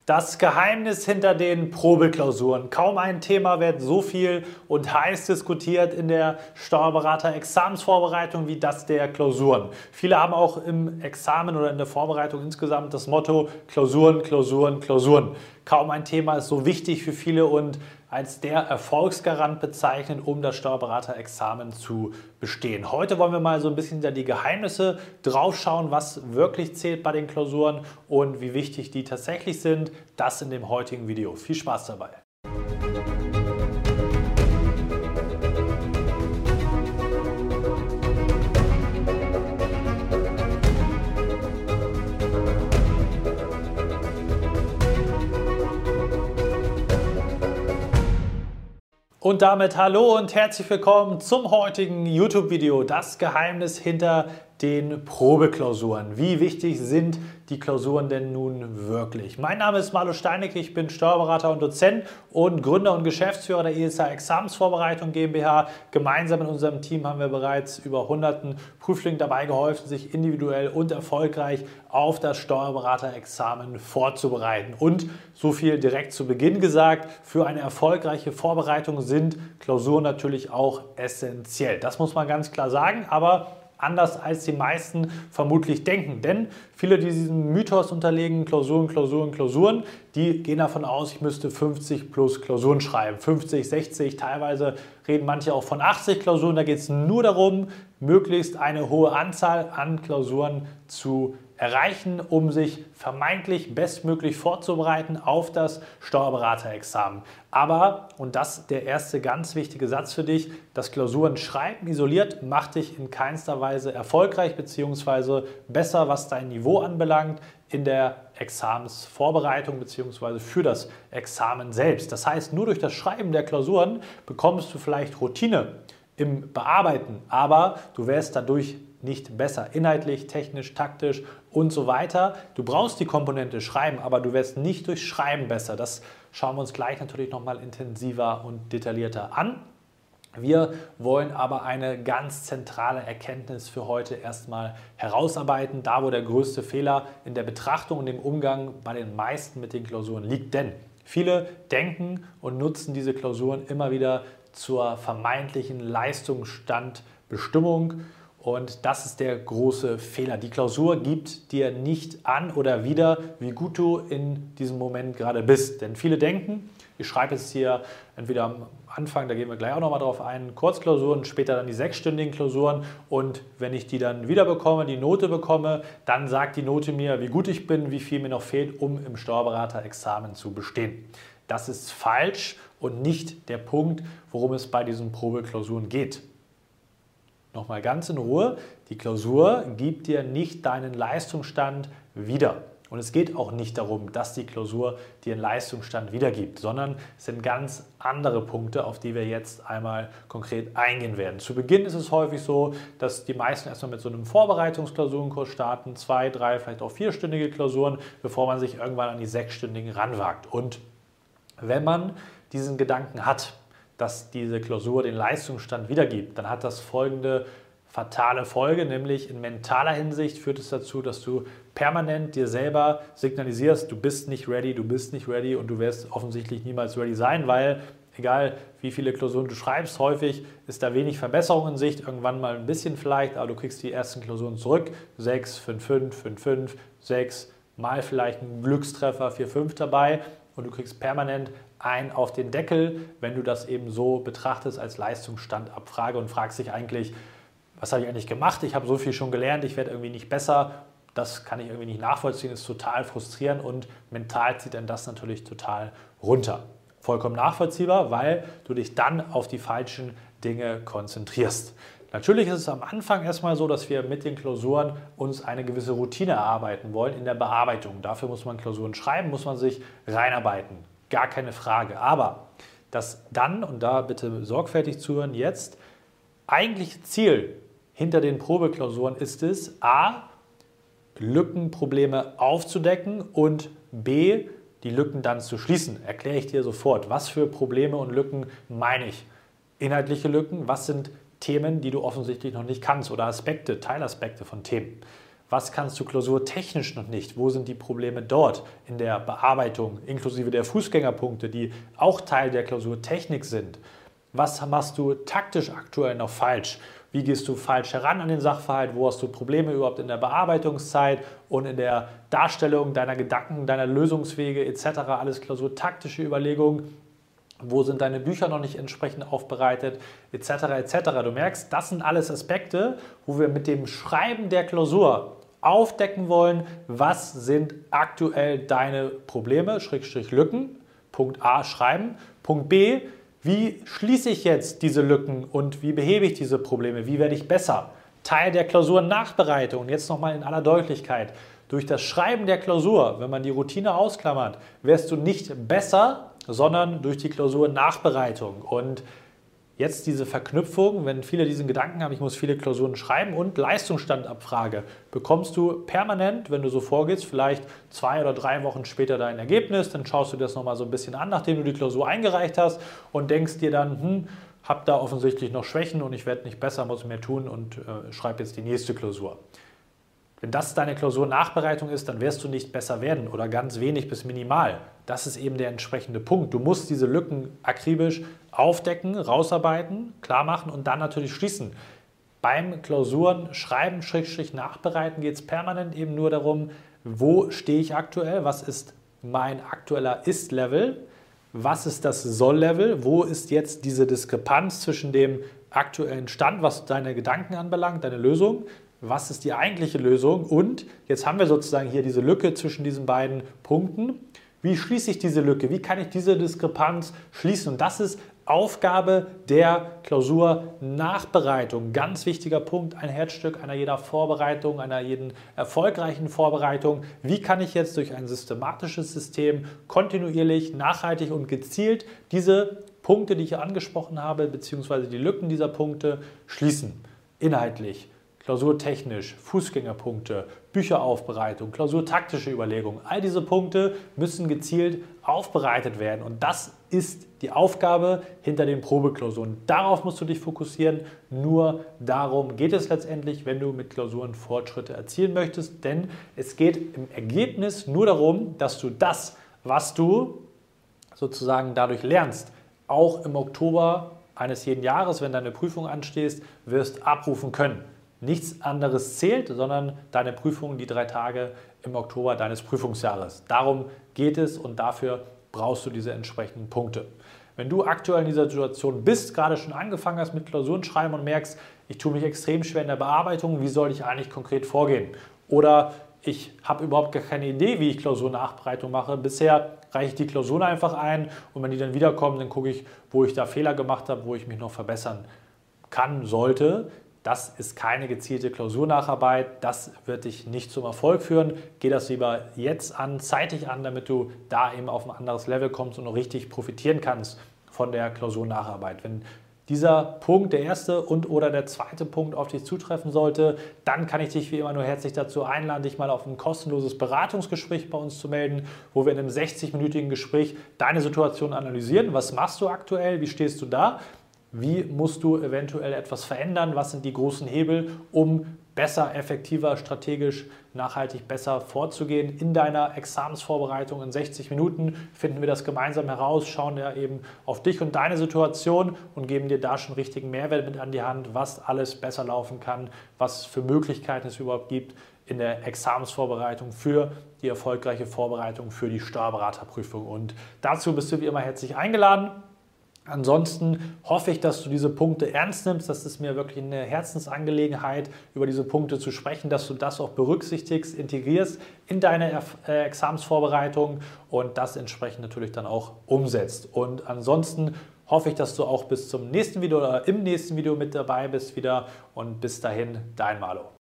Das Geheimnis hinter den Probeklausuren. Kaum ein Thema wird so viel und heiß diskutiert in der Steuerberater-Examensvorbereitung wie das der Klausuren. Viele haben auch im Examen oder in der Vorbereitung insgesamt das Motto Klausuren, Klausuren, Klausuren. Kaum ein Thema ist so wichtig für viele und als der Erfolgsgarant bezeichnet, um das Steuerberater-Examen zu bestehen. Heute wollen wir mal so ein bisschen hinter die Geheimnisse draufschauen, was wirklich zählt bei den Klausuren und wie wichtig die tatsächlich sind. Das in dem heutigen Video. Viel Spaß dabei! Und damit hallo und herzlich willkommen zum heutigen YouTube-Video. Das Geheimnis hinter den Probeklausuren. Wie wichtig sind die Klausuren denn nun wirklich? Mein Name ist Marlo Steinecke, ich bin Steuerberater und Dozent und Gründer und Geschäftsführer der ISA Examensvorbereitung GmbH. Gemeinsam in unserem Team haben wir bereits über hunderten Prüflingen dabei geholfen, sich individuell und erfolgreich auf das Steuerberaterexamen vorzubereiten. Und so viel direkt zu Beginn gesagt, für eine erfolgreiche Vorbereitung sind Klausuren natürlich auch essentiell. Das muss man ganz klar sagen, aber anders als die meisten vermutlich denken. Denn viele, die diesem Mythos unterlegen, Klausuren, Klausuren, Klausuren, die gehen davon aus, ich müsste 50 plus Klausuren schreiben. 50, 60, teilweise reden manche auch von 80 Klausuren. Da geht es nur darum, möglichst eine hohe Anzahl an Klausuren zu erreichen, um sich vermeintlich bestmöglich vorzubereiten auf das Steuerberaterexamen. Aber, und das ist der erste ganz wichtige Satz für dich, das Klausurenschreiben isoliert macht dich in keinster Weise erfolgreich bzw. besser, was dein Niveau anbelangt in der Examensvorbereitung bzw. für das Examen selbst. Das heißt, nur durch das Schreiben der Klausuren bekommst du vielleicht Routine im Bearbeiten, aber du wirst dadurch nicht besser, inhaltlich, technisch, taktisch und so weiter. Du brauchst die Komponente Schreiben, aber du wirst nicht durch Schreiben besser. Das schauen wir uns gleich natürlich nochmal intensiver und detaillierter an. Wir wollen aber eine ganz zentrale Erkenntnis für heute erstmal herausarbeiten, da wo der größte Fehler in der Betrachtung und im Umgang bei den meisten mit den Klausuren liegt. Denn viele denken und nutzen diese Klausuren immer wieder zur vermeintlichen Leistungsstandbestimmung. Und das ist der große Fehler. Die Klausur gibt dir nicht an oder wieder, wie gut du in diesem Moment gerade bist. Denn viele denken, ich schreibe jetzt hier entweder am Anfang, da gehen wir gleich auch nochmal drauf ein, Kurzklausuren, später dann die 6-stündigen Klausuren. Und wenn ich die dann wieder bekomme, die Note bekomme, dann sagt die Note mir, wie gut ich bin, wie viel mir noch fehlt, um im Steuerberaterexamen zu bestehen. Das ist falsch und nicht der Punkt, worum es bei diesen Probeklausuren geht. Nochmal ganz in Ruhe, die Klausur gibt dir nicht deinen Leistungsstand wieder. Und es geht auch nicht darum, dass die Klausur dir einen Leistungsstand wiedergibt, sondern es sind ganz andere Punkte, auf die wir jetzt einmal konkret eingehen werden. Zu Beginn ist es häufig so, dass die meisten erstmal mit so einem Vorbereitungsklausurenkurs starten, 2, 3, vielleicht auch 4-stündige Klausuren, bevor man sich irgendwann an die 6-stündigen ranwagt. Und wenn man diesen Gedanken hat, dass diese Klausur den Leistungsstand wiedergibt, dann hat das folgende fatale Folge, nämlich in mentaler Hinsicht führt es dazu, dass du permanent dir selber signalisierst, du bist nicht ready und du wirst offensichtlich niemals ready sein, weil egal wie viele Klausuren du schreibst, häufig ist da wenig Verbesserung in Sicht, irgendwann mal ein bisschen vielleicht, aber du kriegst die ersten Klausuren zurück, 6, 5, 5, 5, 5, 6, mal vielleicht ein Glückstreffer, 4, 5 dabei und du kriegst permanent ein auf den Deckel, wenn du das eben so betrachtest als Leistungsstandabfrage und fragst dich eigentlich, was habe ich eigentlich gemacht? Ich habe so viel schon gelernt, ich werde irgendwie nicht besser. Das kann ich irgendwie nicht nachvollziehen, ist total frustrierend und mental zieht dann das natürlich total runter. Vollkommen nachvollziehbar, weil du dich dann auf die falschen Dinge konzentrierst. Natürlich ist es am Anfang erstmal so, dass wir mit den Klausuren uns eine gewisse Routine erarbeiten wollen in der Bearbeitung. Dafür muss man Klausuren schreiben, muss man sich reinarbeiten. Gar keine Frage. Aber das dann, und da bitte sorgfältig zuhören, jetzt eigentliche Ziel hinter den Probeklausuren ist es, a, Lückenprobleme aufzudecken und b, die Lücken dann zu schließen. Erkläre ich dir sofort. Was für Probleme und Lücken meine ich? Inhaltliche Lücken, was sind Themen, die du offensichtlich noch nicht kannst oder Aspekte, Teilaspekte von Themen. Was kannst du klausurtechnisch noch nicht? Wo sind die Probleme dort in der Bearbeitung, inklusive der Fußgängerpunkte, die auch Teil der Klausurtechnik sind? Was machst du taktisch aktuell noch falsch? Wie gehst du falsch heran an den Sachverhalt? Wo hast du Probleme überhaupt in der Bearbeitungszeit und in der Darstellung deiner Gedanken, deiner Lösungswege etc.? Alles klausurtaktische Überlegungen. Wo sind deine Bücher noch nicht entsprechend aufbereitet, etc. etc. Du merkst, das sind alles Aspekte, wo wir mit dem Schreiben der Klausur aufdecken wollen, was sind aktuell deine Probleme, Schrägstrich Lücken. Punkt A, schreiben. Punkt B, wie schließe ich jetzt diese Lücken und wie behebe ich diese Probleme, wie werde ich besser? Teil der Klausurnachbereitung, und jetzt nochmal in aller Deutlichkeit, durch das Schreiben der Klausur, wenn man die Routine ausklammert, wirst du nicht besser, sondern durch die Klausurnachbereitung. Und jetzt diese Verknüpfung, wenn viele diesen Gedanken haben, ich muss viele Klausuren schreiben und Leistungsstandabfrage, bekommst du permanent, wenn du so vorgehst, vielleicht 2 oder 3 Wochen später dein Ergebnis, dann schaust du dir das nochmal so ein bisschen an, nachdem du die Klausur eingereicht hast und denkst dir dann, hab da offensichtlich noch Schwächen und ich werde nicht besser, muss mehr tun und schreibe jetzt die nächste Klausur. Wenn das deine Klausurnachbereitung ist, dann wirst du nicht besser werden oder ganz wenig bis minimal. Das ist eben der entsprechende Punkt. Du musst diese Lücken akribisch aufdecken, rausarbeiten, klar machen und dann natürlich schließen. Beim Klausuren schreiben, Schrägstrich nachbereiten geht es permanent eben nur darum, wo stehe ich aktuell, was ist mein aktueller Ist-Level, was ist das Soll-Level, wo ist jetzt diese Diskrepanz zwischen dem aktuellen Stand, was deine Gedanken anbelangt, deine Lösung, was ist die eigentliche Lösung und jetzt haben wir sozusagen hier diese Lücke zwischen diesen beiden Punkten. Wie schließe ich diese Lücke? Wie kann ich diese Diskrepanz schließen? Und das ist Aufgabe der Klausurnachbereitung. Ganz wichtiger Punkt, ein Herzstück einer jeder Vorbereitung, einer jeden erfolgreichen Vorbereitung. Wie kann ich jetzt durch ein systematisches System kontinuierlich, nachhaltig und gezielt diese Punkte, die ich angesprochen habe, beziehungsweise die Lücken dieser Punkte schließen? Inhaltlich, klausurtechnisch, Fußgängerpunkte, Bücheraufbereitung, klausurtaktische Überlegungen. All diese Punkte müssen gezielt aufbereitet werden und das ist die Aufgabe hinter den Probeklausuren. Darauf musst du dich fokussieren. Nur darum geht es letztendlich, wenn du mit Klausuren Fortschritte erzielen möchtest, denn es geht im Ergebnis nur darum, dass du das, was du sozusagen dadurch lernst, auch im Oktober eines jeden Jahres, wenn deine Prüfung ansteht, wirst abrufen können. Nichts anderes zählt, sondern deine Prüfung, die 3 Tage im Oktober deines Prüfungsjahres. Darum geht es und dafür brauchst du diese entsprechenden Punkte. Wenn du aktuell in dieser Situation bist, gerade schon angefangen hast mit Klausuren schreiben und merkst, ich tue mich extrem schwer in der Bearbeitung, wie soll ich eigentlich konkret vorgehen? Oder ich habe überhaupt gar keine Idee, wie ich Klausurnachbereitung mache. Bisher reiche ich die Klausuren einfach ein und wenn die dann wiederkommen, dann gucke ich, wo ich da Fehler gemacht habe, wo ich mich noch verbessern kann, sollte. Das ist keine gezielte Klausurnacharbeit, das wird dich nicht zum Erfolg führen. Geh das lieber jetzt an, zeitig an, damit du da eben auf ein anderes Level kommst und noch richtig profitieren kannst von der Klausurnacharbeit. Wenn dieser Punkt, der erste und oder der zweite Punkt auf dich zutreffen sollte, dann kann ich dich wie immer nur herzlich dazu einladen, dich mal auf ein kostenloses Beratungsgespräch bei uns zu melden, wo wir in einem 60-minütigen Gespräch deine Situation analysieren. Was machst du aktuell? Wie stehst du da? Wie musst du eventuell etwas verändern? Was sind die großen Hebel, um besser, effektiver, strategisch, nachhaltig besser vorzugehen? In deiner Examensvorbereitung in 60 Minuten finden wir das gemeinsam heraus, schauen ja eben auf dich und deine Situation und geben dir da schon richtigen Mehrwert mit an die Hand, was alles besser laufen kann, was für Möglichkeiten es überhaupt gibt in der Examensvorbereitung für die erfolgreiche Vorbereitung für die Steuerberaterprüfung. Und dazu bist du wie immer herzlich eingeladen. Ansonsten hoffe ich, dass du diese Punkte ernst nimmst. Das ist mir wirklich eine Herzensangelegenheit, über diese Punkte zu sprechen, dass du das auch berücksichtigst, integrierst in deine Examensvorbereitung und das entsprechend natürlich dann auch umsetzt. Und ansonsten hoffe ich, dass du auch bis zum nächsten Video oder im nächsten Video mit dabei bist wieder und bis dahin, dein Marlo.